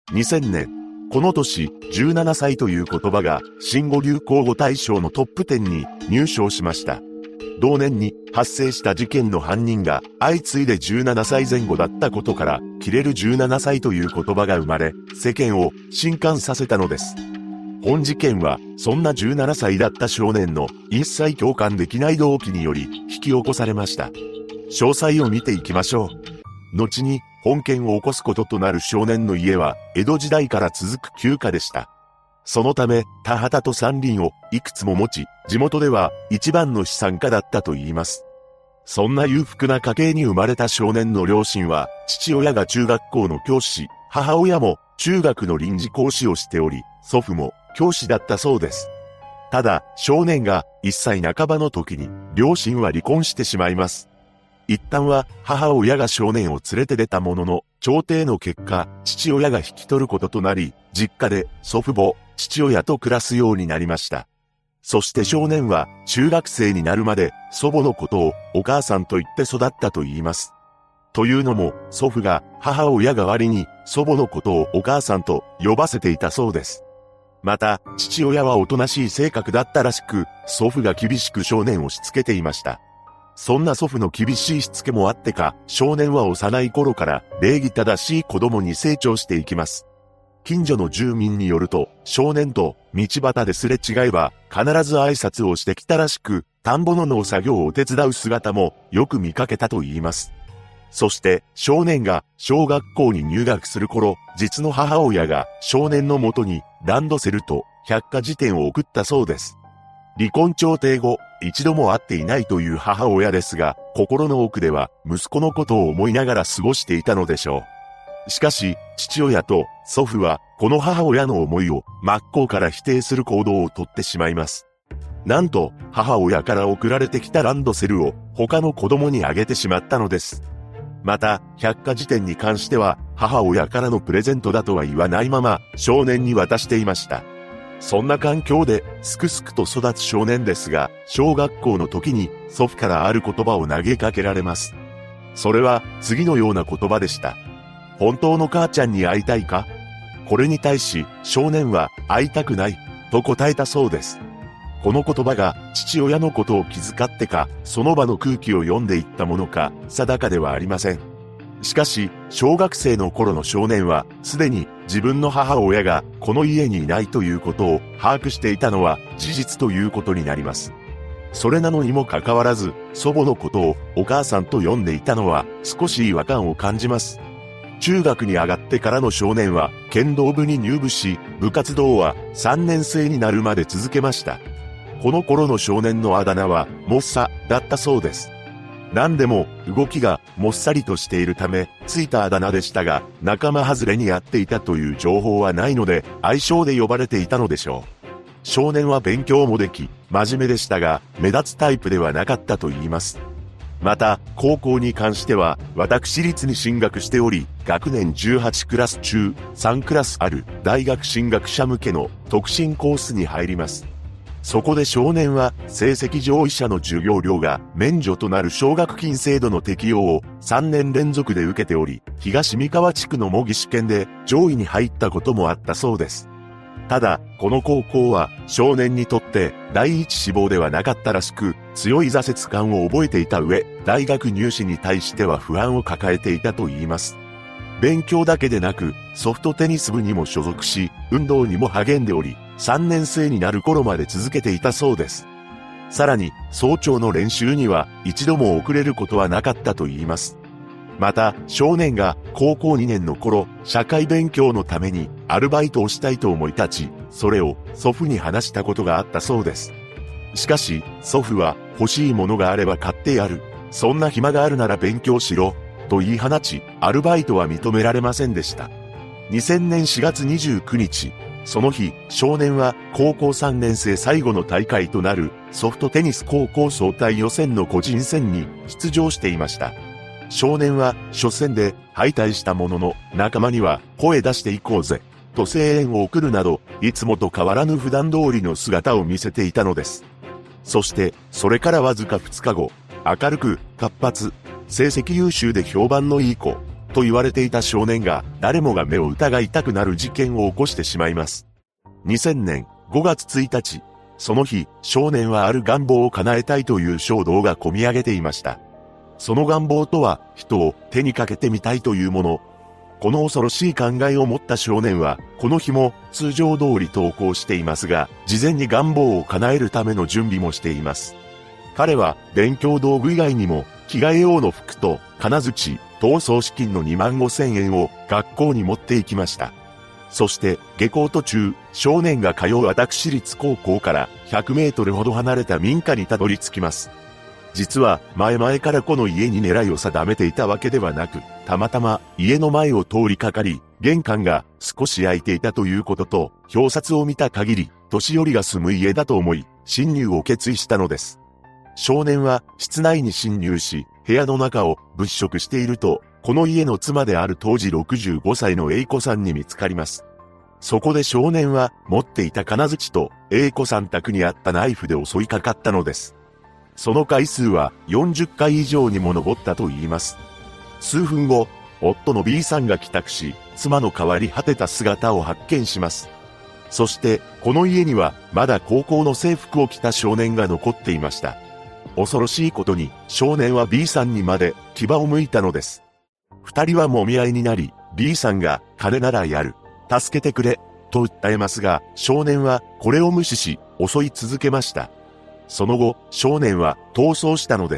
2000年。この年、17歳という言葉が新語・流行語大賞のトップ10に入賞しました。同年に発生した事件の犯人が相次いで17歳前後だったことから、キレる17歳という言葉が生まれ、世間を震撼させたのです。本事件は、そんな17歳だった少年の一切共感できない動機により引き起こされました。詳細を見ていきましょう。後に本件を起こすこととなる少年の家は、江戸時代から続く旧家でした。そのため、田畑と山林をいくつも持ち、地元では一番の資産家だったと言います。そんな裕福な家系に生まれた少年の両親は、父親が中学校の教師、母親も中学の臨時講師をしており、祖父も教師だったそうです。ただ、少年が1歳半ばの時に、両親は離婚してしまいます。一旦は母親が少年を連れて出たものの、調停の結果、父親が引き取ることとなり、実家で祖父母、父親と暮らすようになりました。そして少年は中学生になるまで祖母のことをお母さんと言って育ったと言います。というのも、祖父が母親代わりに祖母のことをお母さんと呼ばせていたそうです。また、父親はおとなしい性格だったらしく、祖父が厳しく少年をしつけていました。そんな祖父の厳しいしつけもあってか、少年は幼い頃から礼儀正しい子供に成長していきます。近所の住民によると、少年と道端ですれ違えば必ず挨拶をしてきたらしく、田んぼの農作業を手伝う姿もよく見かけたと言います。そして少年が小学校に入学する頃、実の母親が少年のもとにランドセルと百科事典を送ったそうです。離婚調停後、一度も会っていないという母親ですが、心の奥では息子のことを思いながら過ごしていたのでしょう。しかし、父親と祖父は、この母親の思いを真っ向から否定する行動をとってしまいます。なんと、母親から送られてきたランドセルを他の子供にあげてしまったのです。また、百科事典に関しては、母親からのプレゼントだとは言わないまま、少年に渡していました。そんな環境で、すくすくと育つ少年ですが、小学校の時に祖父からある言葉を投げかけられます。それは、次のような言葉でした。本当の母ちゃんに会いたいか？これに対し、少年は、会いたくない、と答えたそうです。この言葉が、父親のことを気遣ってか、その場の空気を読んでいったものか、定かではありません。しかし、小学生の頃の少年は、すでに自分の母親がこの家にいないということを把握していたのは事実ということになります。それなのにもかかわらず、祖母のことをお母さんと呼んでいたのは少し違和感を感じます。中学に上がってからの少年は剣道部に入部し、部活動は3年生になるまで続けました。この頃の少年のあだ名はモッサだったそうです。何でも動きがもっさりとしているためついたあだ名でしたが、仲間外れにやっていたという情報はないので愛称で呼ばれていたのでしょう。少年は勉強もでき真面目でしたが目立つタイプではなかったと言います。また高校に関しては私立に進学しており、学年18クラス中3クラスある大学進学者向けの特進コースに入ります。そこで少年は成績上位者の授業料が免除となる奨学金制度の適用を3年連続で受けており、東三河地区の模擬試験で上位に入ったこともあったそうです。ただ、この高校は少年にとって第一志望ではなかったらしく、強い挫折感を覚えていた上、大学入試に対しては不安を抱えていたと言います。勉強だけでなく、ソフトテニス部にも所属し、運動にも励んでおり、3年生になる頃まで続けていたそうです。さらに、早朝の練習には一度も遅れることはなかったと言います。また、少年が高校2年の頃、社会勉強のためにアルバイトをしたいと思い立ち、それを祖父に話したことがあったそうです。しかし、祖父は欲しいものがあれば買ってやる。そんな暇があるなら勉強しろ。と言い放ち、アルバイトは認められませんでした。2000年4月29日、その日、少年は高校3年生最後の大会となるソフトテニス高校総体予選の個人戦に出場していました。少年は初戦で敗退したものの、仲間には声出していこうぜ、と声援を送るなど、いつもと変わらぬ普段通りの姿を見せていたのです。そして、それからわずか2日後、明るく、活発、成績優秀で評判のいい子、 と言われていた少年が誰もが目を疑いたくなる事件を起こしてしまいます。2000年5月1日、その日、少年はある願望を叶えたいという衝動がこみ上げていました。その願望とは、人を手にかけてみたいというもの。この恐ろしい考えを持った少年は、この日も通常通り登校していますが、事前に願望を叶えるための準備もしています。彼は勉強道具以外にも、着替え用の服と金槌、逃走資金の25,000円を学校に持って行きました。そして下校途中、少年が通う私立高校から100メートルほど離れた民家にたどり着きます。実は前々からこの家に狙いを定めていたわけではなく、たまたま家の前を通りかかり、玄関が少し開いていたということと、表札を見た限り、年寄りが住む家だと思い、侵入を決意したのです。少年は室内に侵入し、部屋の中を物色していると、この家の妻である当時65歳の英子さんに見つかります。そこで少年は持っていた金槌と英子さん宅にあったナイフで襲いかかったのです。その回数は40回以上にも上ったと言います。数分後、夫の B さんが帰宅し、妻の変わり果てた姿を発見します。そして、この家にはまだ高校の制服を着た少年が残っていました。恐ろしいことに、少年は B さんにまで牙を向いたのです。二人は揉み合いになり、B さんが金ならやる、助けてくれ、と訴えますが、少年はこれを無視し、襲い続けました。その後、少年は逃走したのです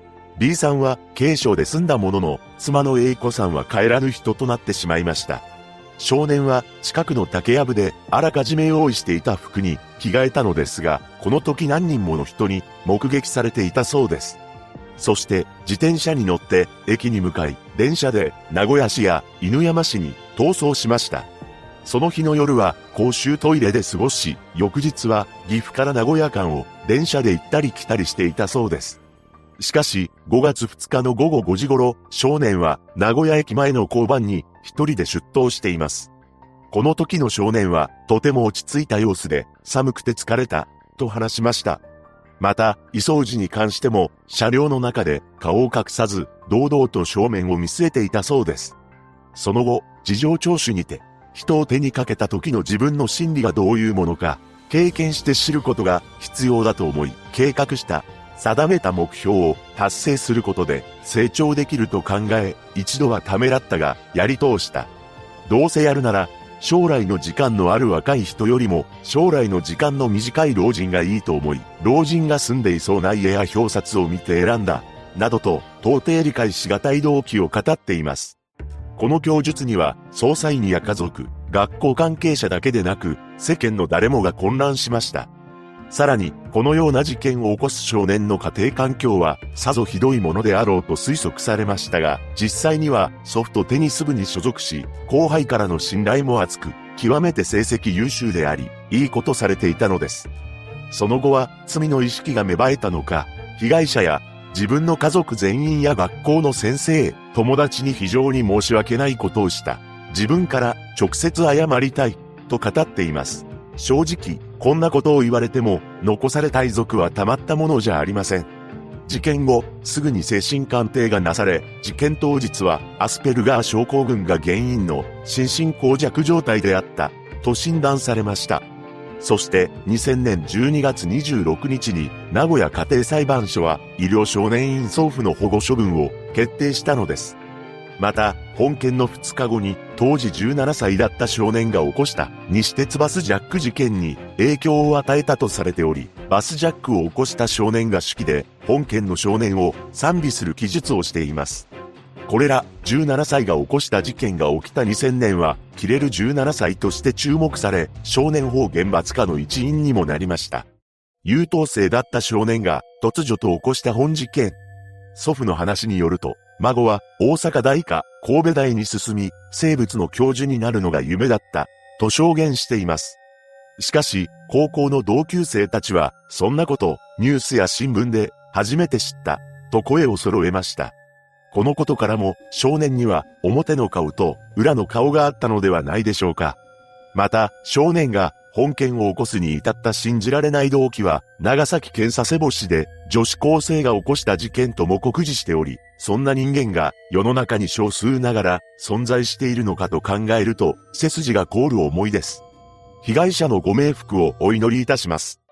。B さんは軽傷で済んだものの、妻の英子さんは帰らぬ人となってしまいました。少年は近くの竹やぶであらかじめ用意していた服に着替えたのですが、この時何人もの人に目撃されていたそうです。そして自転車に乗って駅に向かい、電車で名古屋市や犬山市に逃走しました。その日の夜は公衆トイレで過ごし、翌日は岐阜から名古屋間を電車で行ったり来たりしていたそうです。しかし、5月2日の午後5時頃、少年は名古屋駅前の交番に一人で出頭しています。この時の少年はとても落ち着いた様子で、寒くて疲れた、と話しました。また、移送時に関しても、車両の中で顔を隠さず、堂々と正面を見据えていたそうです。その後、事情聴取にて、人を手にかけた時の自分の心理がどういうものか、経験して知ることが必要だと思い、計画した。定めた目標を達成することで成長できると考え、一度はためらったが、やり通した。どうせやるなら、将来の時間のある若い人よりも、将来の時間の短い老人がいいと思い、老人が住んでいそうな家や表札を見て選んだ、などと、到底理解しがたい動機を語っています。この供述には、捜査員や家族、学校関係者だけでなく、世間の誰もが混乱しました。さらに、このような事件を起こす少年の家庭環境は、さぞひどいものであろうと推測されましたが、実際にはソフトテニス部に所属し、後輩からの信頼も厚く、極めて成績優秀であり、いいことされていたのです。その後は、罪の意識が芽生えたのか、被害者や、自分の家族全員や学校の先生、友達に非常に申し訳ないことをした。自分から直接謝りたい、と語っています。正直、こんなことを言われても、残された遺族はたまったものじゃありません。事件後、すぐに精神鑑定がなされ、事件当日はアスペルガー症候群が原因の心神耗弱状態であった、と診断されました。そして、2000年12月26日に、名古屋家庭裁判所は、医療少年院送付の保護処分を決定したのです。また、本件の2日後に、当時17歳だった少年が起こした西鉄バスジャック事件に影響を与えたとされており、バスジャックを起こした少年が手記で、本件の少年を賛美する記述をしています。これら17歳が起こした事件が起きた2000年は、キレる17歳として注目され、少年法厳罰化の一因にもなりました。優等生だった少年が突如と起こした本事件。祖父の話によると、孫は大阪大か神戸大に進み、生物の教授になるのが夢だった、と証言しています。しかし、高校の同級生たちは、そんなこと、ニュースや新聞で初めて知った、と声を揃えました。このことからも、少年には表の顔と裏の顔があったのではないでしょうか。また、少年が本件を起こすに至った信じられない動機は、長崎県佐世保市で、女子高生が起こした事件とも酷似しており、そんな人間が世の中に少数ながら存在しているのかと考えると、背筋が凍る思いです。被害者のご冥福をお祈りいたします。